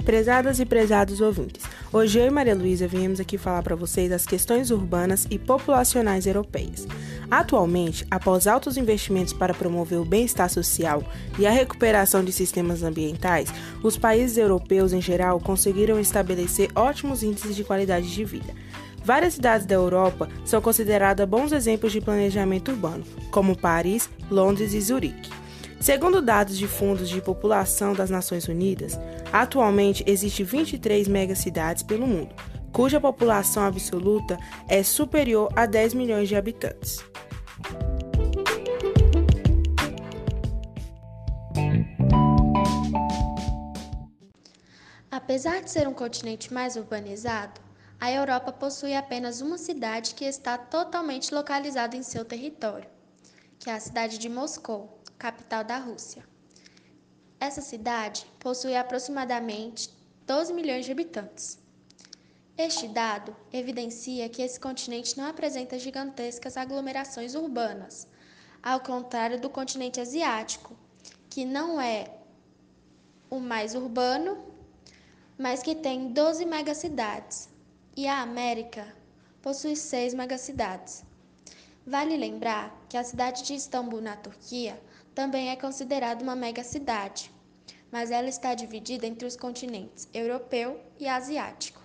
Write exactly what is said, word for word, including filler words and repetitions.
Prezadas e prezados ouvintes, hoje eu e Maria Luísa viemos aqui falar para vocês as questões urbanas e populacionais europeias. Atualmente, após altos investimentos para promover o bem-estar social e a recuperação de sistemas ambientais, os países europeus em geral conseguiram estabelecer ótimos índices de qualidade de vida. Várias cidades da Europa são consideradas bons exemplos de planejamento urbano, como Paris, Londres e Zurique. Segundo dados de fundos de população das Nações Unidas, atualmente existem vinte e três megacidades pelo mundo, cuja população absoluta é superior a dez milhões de habitantes. Apesar de ser um continente mais urbanizado, a Europa possui apenas uma cidade que está totalmente localizada em seu território, que é a cidade de Moscou, capital da Rússia. Essa cidade possui aproximadamente doze milhões de habitantes. Este dado evidencia que esse continente não apresenta gigantescas aglomerações urbanas, ao contrário do continente asiático, que não é o mais urbano, mas que tem doze megacidades, e a América possui seis megacidades. Vale lembrar que a cidade de Istambul, na Turquia, também é considerada uma megacidade, mas ela está dividida entre os continentes europeu e asiático.